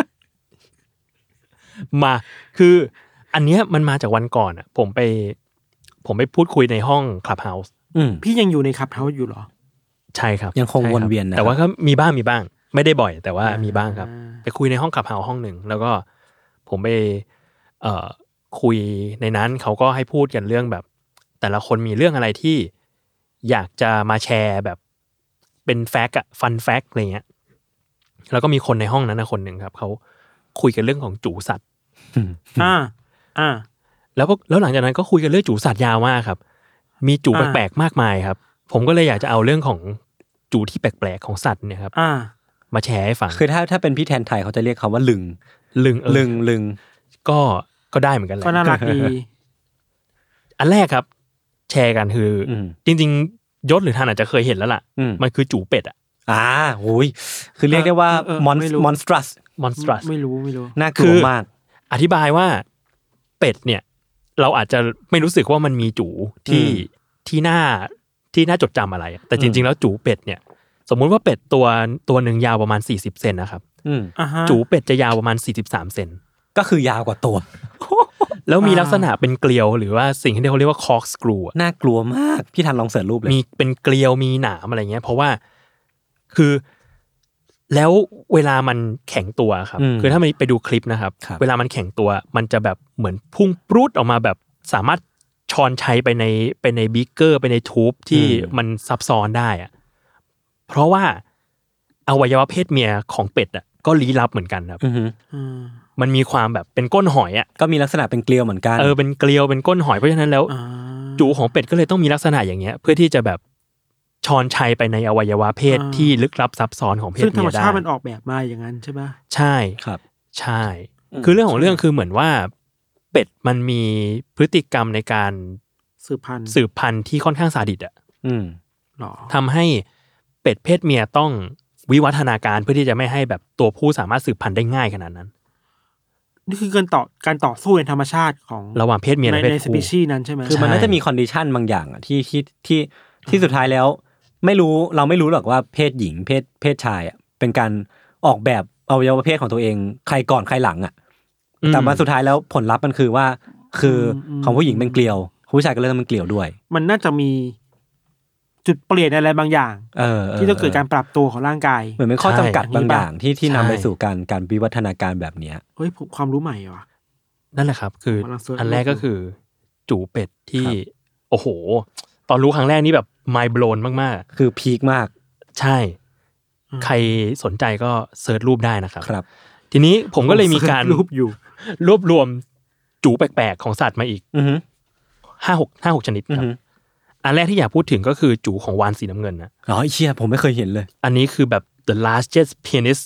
มาคืออันเนี้ยมันมาจากวันก่อนอ่ะผมไปผมไปพูดคุยในห้อง Clubhouse อืมพี่ยังอยู่ใน Clubhouse อยู่เหรอใช่ครับยังคงวนเวียนนะแต่ว่าก็มีบ้างมีบ้างไม่ได้บ่อยแต่ว่ามีบ้างครับไปคุยในห้อง Clubhouse ห้องหนึ่งแล้วก็ผมไปเอ่อคุยในนั้นเขาก็ให้พูดกันเรื่องแบบแต่ละคนมีเรื่องอะไรที่อยากจะมาแชร์แบบเป็นแฟกต์อะฟันแฟกต์อะไรเงี้ยแล้วก็มีคนในห้องนั้นนะคนหนึ่งครับเขาคุยกันเรื่องของจูสัตว์อ่าอ่าแล้วแล้วหลังจากนั้นก็คุยกันเรื่องจูสัตว์ยาวมากครับมีจูแปลกๆมากมายครับผมก็เลยอยากจะเอาเรื่องของจูที่แปลกๆของสัตว์เนี่ยครับมาแชร์ให้ฟังคือถ้าถ้าเป็นพี่แทนไทยเขาจะเรียกเขาว่าลึงลึงลึงลึงก็ก็ได้เหมือนกันแหละก็น่ารักดีอันแรกครับแชร์กันคือจริงๆยศหรือท่านอาจจะเคยเห็นแล้วล่ะมันคือจูเป็ดอ่ะอ่าโหยคือเรียกได้ว่ามอนมอนสตรัสมอนสตรัสไม่รู้ไม่รู้น่ากลัวมากอธิบายว่าเป็ดเนี่ยเราอาจจะไม่รู้สึกว่ามันมีจูที่ที่หน้าที่น่าจดจำอะไรแต่จริงๆแล้วจูเป็ดเนี่ยสมมุติว่าเป็ดตัวตัวนึงยาวประมาณสี่สิบเซนนะครับจูเป็ดจะยาวประมาณสี่สิบสามเซนก็คือยาวกว่าตัวแล้วมีลักษณะเป็นเกลียวหรือว่าสิ่งที่เขาเรียกว่าคอร์กสกรูน่ากลัวมากพี่ทันลองเสิร์ชรูปเลยมีเป็นเกลียวมีหนามอะไรเงี้ยเพราะว่าคือแล้วเวลามันแข็งตัวครับคือถ้ามันไปดูคลิปนะครับเวลามันแข็งตัวมันจะแบบเหมือนพุ่งปรุดออกมาแบบสามารถช้อนชัยไปในไปในบิ๊กเกอร์ไปในทูบที่มันซับซ้อนได้อะเพราะว่าอวัยวะเพศเมียของเป็ดอ่ะก็ลี้ลับเหมือนกันครับมันมีความแบบเป็นก้นหอยอ่ะก็มีลักษณะเป็นเกลียวเหมือนกันเออเป็นเกลียวเป็นก้นหอยเพราะฉะนั้นแล้วจูของเป็ดก็เลยต้องมีลักษณะอย่างเงี้ยเพื่อที่จะแบบชอนชัยไปในอวัยวะเพศที่ลึกลับซับซ้อนของเพศเมียได้ซึ่งธรรมชาติมันออกแบบมาอย่างนั้นใช่ป่ะใช่ครับใช่คือเรื่องของเรื่องคือเหมือนว่าเป็ดมันมีพฤติกรรมในการสืบพันธุ์สืบพันธุ์ที่ค่อนข้างซาดิสอ่ะอืมทำให้เป็ดเพศเมียต้องวิวัฒนาการเพื่อที่จะไม่ให้แบบตัวผู้สามารถสืบพันธุ์ได้ง่ายขนาดนั้นนี่คือการต่อการต่อสู้ในธรรมชาติของระหว่างเพศเมียและเพศผู้ในสปีชีส์นั้นใช่ไหมคือมันน่าจะมีคอนดิชันบางอย่างอ่ะที่ที่ที่ที่สุดท้ายแล้วไม่รู้เราไม่รู้หรอกว่าเพศหญิงเพศเพศชายอ่ะเป็นการออกแบบอวัยวะเพศของตัวเองใครก่อนใครหลังอ่ะแต่มาสุดท้ายแล้วผลลัพธ์มันคือว่าคือของผู้หญิงเป็นเกลียวผู้ชายก็เลยต้องเป็นเกลียวด้วยมันน่าจะมีจุดเปลี่ยนอะไรบางอย่างที่จะเกิดการปรับตัวของร่างกายเหมือนเป็นข้อจำกัดบางอย่างที่ที่นำไปสู่การการวิวัฒนาการแบบนี้เฮ้ยความรู้ใหม่ว่ะนั่นแหละครับคืออันแรกก็คือจูเป็ดที่โอ้โหตอนรู้ครั้งแรกนี่แบบmind blown มากๆคือพีคมากใช่ใครสนใจก็เสิร์ชรูปได้นะครับครับทีนี้ผมก็เลยมีการรูปอยู่รวบรวมจูแปลกๆของสัตว์มาอีกห้าหกห้าหกชนิดครับอันแรกที่อยากพูดถึงก็คือจูของวาฬสีน้ำเงินนะอ๋อเชี่ยผมไม่เคยเห็นเลยอันนี้คือแบบ the largest penis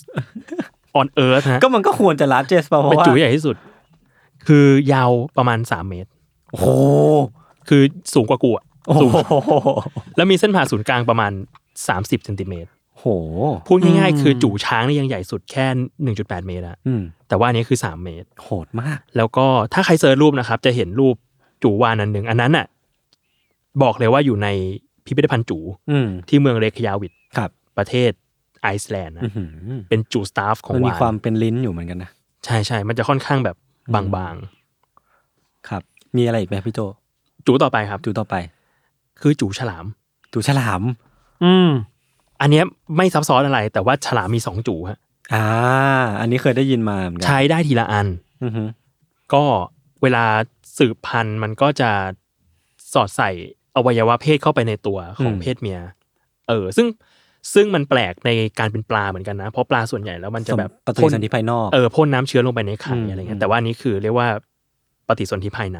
on earth ฮะก็มันก็ควรจะ largest เพราะว่าเป็นจูใหญ่ที่สุดคือยาวประมาณสามเมตรโอ้โหคือสูงกว่ากูอ่ะสูงแล้วมีเส้นผ่าศูนย์กลางประมาณสามสิบเซนติเมตรโหพูดง่ายๆคือจูช้างนี่ยังใหญ่สุดแค่ หนึ่งจุดแปด เมตรอะแต่ว่าอันนี้คือสามเมตรโหดมากแล้วก็ถ้าใครเสิร์ชรูปนะครับจะเห็นรูปจูวาฬอันนึงอันนั้นน่ะบอกเลยว่าอยู่ในพิพิธภัณฑ์จูที่เมืองเรคยาวิกประเทศไอซ์แลนด์นะเป็นจูสตาฟของวาฬมันมีความเป็นลิ้นอยู่เหมือนกันนะใช่ๆมันจะค่อนข้างแบบบางๆครับมีอะไรอีกไหมพี่โจจูต่อไปครับจูต่อไปคือจูฉลามจูฉลามอืมอันนี้ไม่ซับซ้อนอะไรแต่ว่าฉลามมีสองจูฮะอ่าอันนี้เคยได้ยินมาเหมือนกันใช้ได้ทีละอันก็เวลาสืบพันธุ์มันก็จะสอดใส่อวัยวะเพศเข้าไปในตัวของเพศเมียเออซึ่งซึ่งมันแปลกในการเป็นปลาเหมือนกันนะเพราะปลาส่วนใหญ่แล้วมันจะแบบปฏิสนธิภายนอกเออพ่นน้ำเชื้อลงไปในไข่อะไรเงี้ยแต่ว่านี้คือเรียกว่าปฏิสนธิภายใน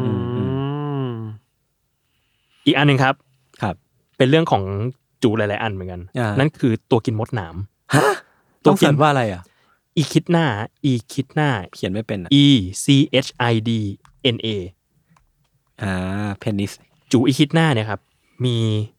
อีกอันนึงครับครับเป็นเรื่องของจูหลายๆอันเหมือนกันนั่นคือตัวกินมดหนามตัวกินว่าอะไรอ่ะอีคิดหน้าอีคิดหน้าเขียนไม่เป็น E C H I D N A อ่าเพนิสจูอีคิดหน้าเนี่ยครับมี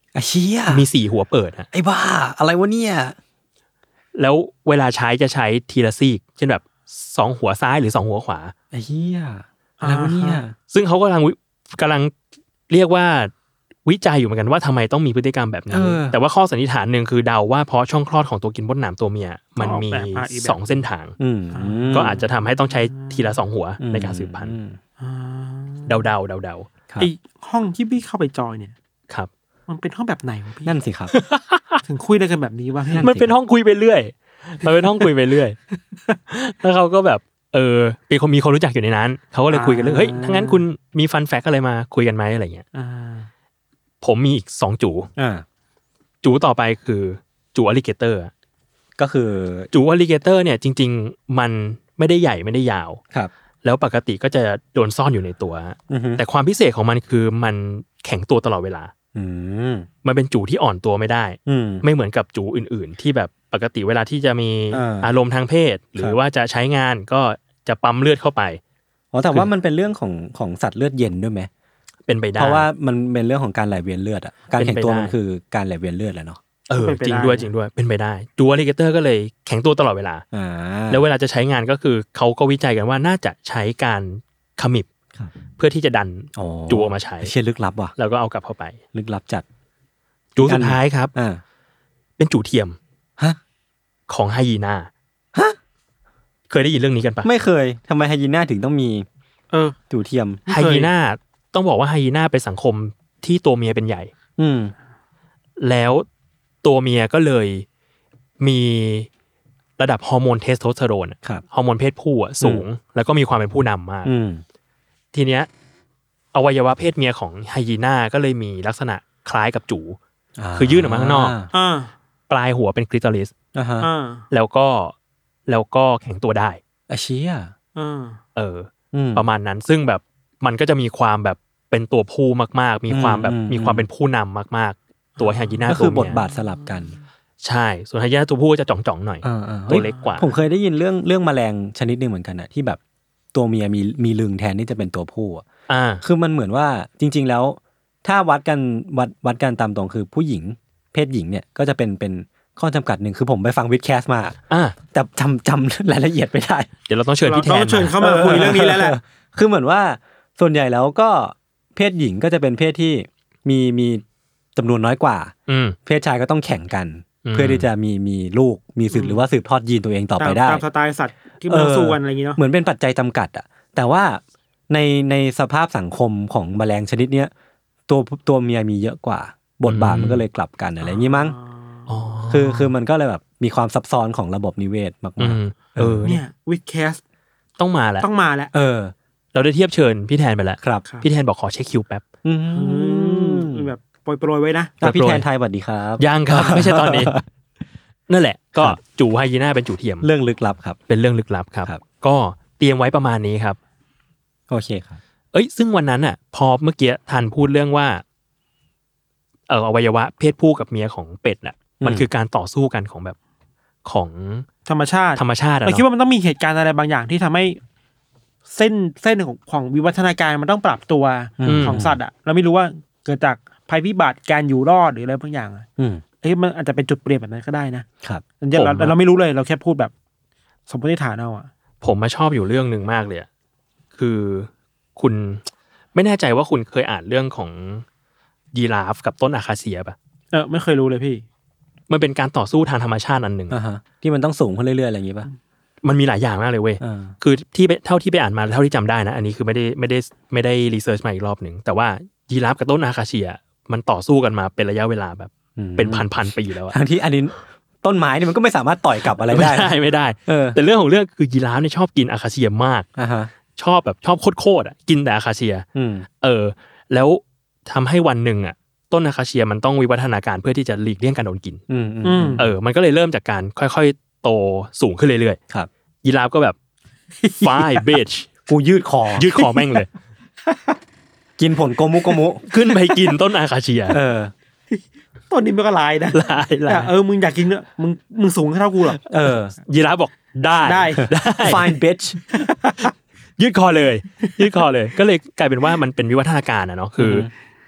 ไอ้เหี้ยมีสี่หัวเปิดฮะไอ้บ้าอะไรวะเนี่ยแล้วเวลาใช้จะใช้ทีละซีกเช่นแบบสองหัวซ้ายหรือสองหัวขวาไอ้เหี้ยอะไรวะเนี่ยซึ่งเขากำลังกำลังเรียกว่าวิจัยอยู่เหมือนกันว่าทำไมต้องมีพฤติกรรมแบบนี้แต่ว่าข้อสันนิษฐานหนึ่งคือเดาว่าเพราะช่องคลอดของตัวกินมดหนามตัวเมียมันมีสองเส้นทางก็อาจจะทำให้ต้องใช้ทีละสองหัวในการสืบพันธุ์เดาเดาเดาเดาไอห้องที่พี่เข้าไปจอยเนี่ยครับมันเป็นห้องแบบไหนวะพี่นั่นสิครับถึงคุยได้กันแบบนี้ว่ามันเป็นห้องคุยไปเรื่อยมันเป็นห้องคุยไปเรื่อยแล้วเขาก็แบบเออเป็นคนมีคนรู้จักอยู่ในนั้นเขาก็เลยคุยกันเรื่องเฮ้ยถ้างั้นคุณมีฟันแฟกอะไรมาคุยกันไหมอะไรเงี้ยผมมีอีกสองจูจูต่อไปคือจูอลิเกเตอร์ก็คือจูอลิเกเตอร์เนี่ยจริงๆมันไม่ได้ใหญ่ไม่ได้ยาวครับแล้วปกติก็จะโดนซ่อนอยู่ในตัวแต่ความพิเศษของมันคือมันแข็งตัวตลอดเวลามันเป็นจูที่อ่อนตัวไม่ได้ไม่เหมือนกับจูอื่นๆที่แบบปกติเวลาที่จะมีอารมณ์ทางเพศหรือว่าจะใช้งานก็จะปั๊มเลือดเข้าไปอ๋อแต่ว่ามันเป็นเรื่องของของสัตว์เลือดเย็นด้วยไหมเป็นไปได้เพราะว่ามันเป็นเรื่องของการไหลเวียนเลือดอ่ะการแข็งตัวมันคือการไหลเวียนเลือดแหละเนาะเออจริงด้วยจริงด้วยเป็นไปได้จูอลิเกเตอร์ก็เลยแข็งตัวตลอดเวลาแล้วเวลาจะใช้งานก็คือเขาก็วิจัยกันว่าน่าจะใช้การขมิบเพื่อที่จะดันจูออกมาใช้เชื่อลึกลับว่ะแล้วก็เอากลับเข้าไปลึกลับจัดจูสุดท้ายครับเป็นจูเทียมฮะของไฮยีน่าฮะเคยได้ยินเรื่องนี้กันปะไม่เคยทำไมไฮยีน่าถึงต้องมีเออจูเทียมไฮยีน่าต้องบอกว่าไฮยีน่าเป็นสังคมที่ตัวเมียเป็นใหญ่อืมแล้วตัวเมียก็เลยมีระดับฮอร์โมนเทสโทสเตอโรนฮอร์โมนเพศผู้สูงแล้วก็มีความเป็นผู้นำมากทีเนี้ยอวัยวะเพศเมียของไฮยีน่าก็เลยมีลักษณะคล้ายกับจูคือยื่นออกมาข้างนอกปลายหัวเป็นคลิตอริสแล้วก็แล้วก็แข็งตัวได้อาเชี่ยเออประมาณนั้นซึ่งแบบมันก็จะมีความแบบเป็นตัวผู้มากๆมีความแบบมีความเป็นผู้นำมากๆตัวไฮยีน่าตัวเมียก็คือบทบาทสลับกันใช่ส่วนไฮยีน่าตัวผู้จะจ่องๆหน่อยตัวเล็กกว่าผมเคยได้ยินเรื่องเรื่องแมลงชนิดนึงเหมือนกันนะที่แบบตัวเมียมีมีลึงแทนที่จะเป็นตัวผู้อ่าคือมันเหมือนว่าจริงๆแล้วถ้าวัดกันวัดวัดกันตามตรงคือผู้หญิงเพศหญิงเนี่ยก็จะเป็นเป็นข้อจำกัดหนึ่งคือผมไปฟังวิดแคสมาอ่าแต่จำจำรายละเอียดไม่ได้เดี๋ยวเราต้องเชิญพี่แทนต้องเชิญเข้ามาคุยเรื่องนี้แล้วแหละคือเหมือนว่าส่วนใหญ่แล้วก็เพศหญิงก็จะเป็นเพศที่มีมีจำนวนน้อยกว่าเพศชายก็ต้องแข่งกันเพื่อที่จะมีมีลูกมีสืบหรือว่าสืบทอดยีนตัวเองต่อไปได้ตามสไตล์สัตว์ที่มันสู้กันอะไรอย่างเงี้เนาะเหมือนเป็นปัจจัยจำกัดอ่ะแต่ว่าในในสภาพสังคมของแมลงชนิดเนี้ยตัวตัวเมียมีเยอะกว่าบทบาทมันก็เลยกลับกันอะไรอย่างงี้มั้งคือคือมันก็เลยแบบมีความซับซ้อนของระบบนิเวศมากๆเออเนี่ยวิดแคสต้องมาแล้วต้องมาแล้วเออเราได้เทียบเชิญพี่แทนไปแล้วครับพี่แทนบอกขอเช็คคิวแป๊บแบบโปรยๆไว้นะพี่แทนไทยสวัสดีครับยังครับไม่ใช่ตอนนี้นั่นแหละก็จูไฮยีน่าเป็นจูเทียมเรื่องลึกลับครับเป็นเรื่องลึกลับครับก็เตรียมไว้ประมาณนี้ครับโอเคครับเอ้ยซึ่งวันนั้นอ่ะพอเมื่อกี้ทันพูดเรื่องว่าเอออวัยวะเพศผู้กับเมียของเป็ดน่ะมันคือการต่อสู้กันของแบบของธรรมชาติธรรมชาติเราคิดว่ามันต้องมีเหตุการณ์อะไรบางอย่างที่ทำให้เส้นเส้นของของวิวัฒนาการมันต้องปรับตัวของสัตว์อ่ะเราไม่รู้ว่าเกิดจากภัยพิบัติการอยู่รอดหรืออะไรบางอย่างอ่ะเอ้ยมันอาจจะเป็นจุดเปลี่ยนแบบนั้นก็ได้นะครับเราเราไม่รู้เลยเราแค่พูดแบบสมมติฐานเอาอ่ะผมมาชอบอยู่เรื่องนึงมากเลยคือคุณไม่แน่ใจว่าคุณเคยอ่านเรื่องของยีราฟกับต้นอาคาเซียป่ะเออไม่เคยรู้เลยพี่มันเป็นการต่อสู้ทางธรรมชาติอันหนึ่ง uh-huh. ที่มันต้องสูงขึ้นเรื่อยๆอะไรอย่างงี้ป่ะมันมีหลายอย่างมากเลยเว้ย uh. คือที่เท่าที่ไปอ่านมาเท่าที่จำได้นะอันนี้คือไม่ได้ไม่ได้ไม่ได้รีเสิร์ชมาอีกรอบหนึ่งแต่ว่ายีราฟกับต้นอาคาเซียมันต่อสู้กันมาเป็นระยะเวลาแบบเป็นพันๆปีแล้วอะทั้งที่อันนี้ต้นไม้นี่มันก็ไม่สามารถต่อยกลับอะไรได้ไม่ได้ไม่ได้แต่เรื่องของเรื่องคือยีราฟเนี่ยชอบกินอาคาเซียมาก uh-huh. ชอบแบบชอบโคตรๆอ่ะกินแต่อาคาเซียเออแล้วทำให้วันหนึ่งอ่ะต้นอาคาเซียมันต้องวิวัฒนาการเพื่อที่จะหลีกเลี่ยงการโดนกินเออมันก็เลยเริ่มจากการค่อยๆโตสูงขึ้นเรื่อยๆครับยีราฟก็แบบไฟเบชกูยืดคอยืดคอแม่งเลยกินผลโกมุโกมุขึ้นไปกินต้นอาคาเซียเออต้นนี้มันก็ลายนะลายลายเออมึงอยากกินเนอะมึงมึงสูงเท่ากูหรอเออยีราฟบอกได้ได้ fine bitch ยืดคอเลยยืดคอเลยก็เลยกลายเป็นว่ามันเป็นวิวัฒนาการอ่ะเนาะคือ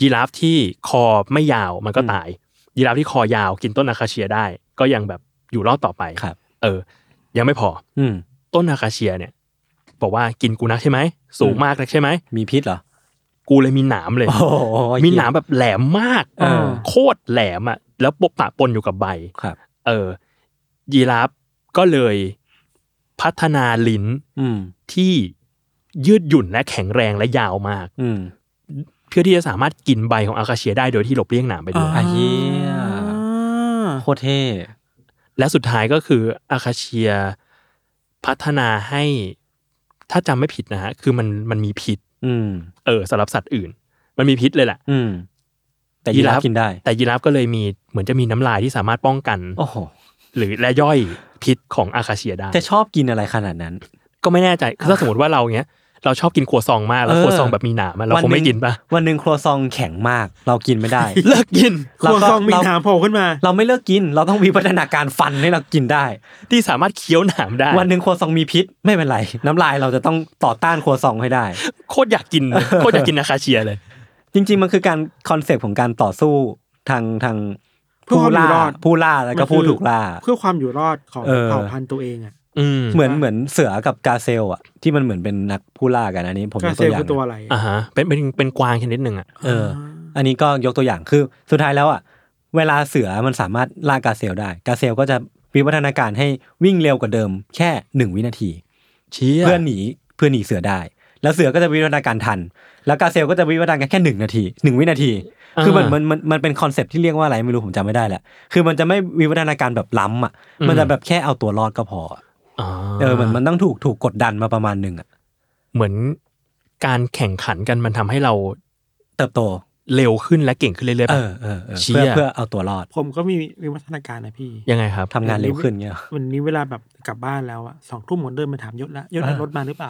ยีราฟที่คอไม่ยาวมันก็ตายยีราฟที่คอยาวกินต้นอาคาเชียได้ก็ยังแบบอยู่รอดต่อไปเออยังไม่พออืมต้นอาคาเชียเนี่ยบอกว่ากินกูนักใช่ไหมสูงมากนักใช่ไหมมีพิษเหรอกูเลยมีหนามเลยมีหนามแบบแหลมมากโคตรแหลมอ่ะแล้วปะปะปนอยู่กับใบเออยีราฟก็เลยพัฒนาลิ้นที่ยืดหยุ่นและแข็งแรงและยาวมากเพื่อที่จะสามารถกินใบของอาคาเชียได้โดยที่หลบเลี่ยงหนามไปด้วยไอ้เหี้ยโคตรเท่และสุดท้ายก็คืออาคาเชียพัฒนาให้ถ้าจำไม่ผิดนะฮะคือมันมันมีพิษเออสำหรับสัตว์อื่นมันมีพิษเลยแหละแต่ยีราฟกินได้แต่ยีราฟก็เลยมีเหมือนจะมีน้ำลายที่สามารถป้องกันหรือและย่อยพิษของอาคาเชียได้แต่ชอบกินอะไรขนาดนั้นก็ไม่แน่ใจถ้าสมมติว่าเราเงี้ยเราชอบกินครัวซองมากแล้วครัวซองแบบมีหนามเราคงไม่กินป่ะวันนึงครัวซองแข็งมากเรากินไม่ได้เลิกกินครัวซองมีหนามโผล่ขึ้นมาเราไม่เลิกกินเราต้องมีพัฒนาการฟันให้เรากินได้ที่สามารถเคี้ยวหนามได้วันนึงครัวซองมีพิษไม่เป็นไรน้ำลายเราจะต้องต่อต้านครัวซองให้ได้โคตรอยากกินโคตรอยากกินอาคาเชียเลยจริงๆมันคือการคอนเซ็ปต์ของการต่อสู้ทางทางผู้ล่าผู้ล่าแล้วก็ผู้ถูกล่าเพื่อความอยู่รอดของเผ่าพันธุ์ตัวเองอ่ะเหมือนเหมือนเสือกับกาเซลอ่ะที่มันเหมือนเป็นนักผู้ล่ากันอันนี้ผมยกตัวอย่างกาเซลคือตัวอะไรอ่าฮะเป็นเป็นเป็นกวางชนิดหนึ่งอ่ะเอออันนี้ก็ยกตัวอย่างคือสุดท้ายแล้วอ่ะเวลาเสือมันสามารถล่ากาเซลได้กาเซลก็จะวิวัฒนาการให้วิ่งเร็วกว่าเดิมแค่หนึ่งวินาทีเพื่อหนีเพื่อหนีเสือได้แล้วเสือก็จะวิวัฒนาการทันแล้วกาเซลก็จะวิวัฒนาการแค่หนึ่งนาทีหนึ่งวินาทีคือมันมันมันมันเป็นคอนเซ็ปต์ที่เรียกว่าอะไรไม่รู้ผมจำไม่ได้แหละคือมันจะไม่วิวัฒนาการแบบล้ำอ่ะมันจะแบบแค่เอาตัวรอดก็พอเออเหมือนมันต้องถูกถูกกดดันมาประมาณนึงอ่ะเหมือนการแข่งขันกันมันทำให้เราเติบโตเร็วขึ้นและเก่งขึ้นเรื่อยๆเออเออเพื่อเพื่อเอาตัวรอดผมก็มีวิวัฒนาการนะพี่ยังไงครับทำงานเร็วขึ้นเงี้ยวันนี้เวลาแบบกลับบ้านแล้วอ่ะสองทุ่มหมดเดินมาถามยศละยศรถมาหรือเปล่า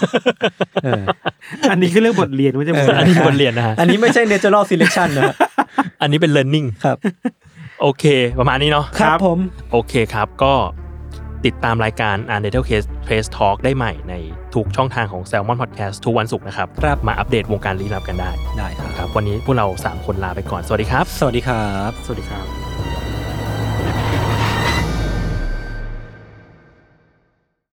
อันนี้คือเรื่องบทเรียนไม่ใช่อันนี้บทเรียนนะฮะอันนี้ไม่ใช่ natural selection นะอันนี้เป็น learning ครับโอเคประมาณนี้เนาะครับผมโอเคครับก็ติดตามรายการ Untitled Case Trace Talk ได้ใหม่ในทุกช่องทางของ Salmon Podcast ทุกวันศุกร์นะครับมาอัปเดตวงการลี้ลับกันได้ได้ครับวันนี้พวกเราสามคนลาไปก่อนสวัสดีครับสวัสดีครับสวัสดีครับ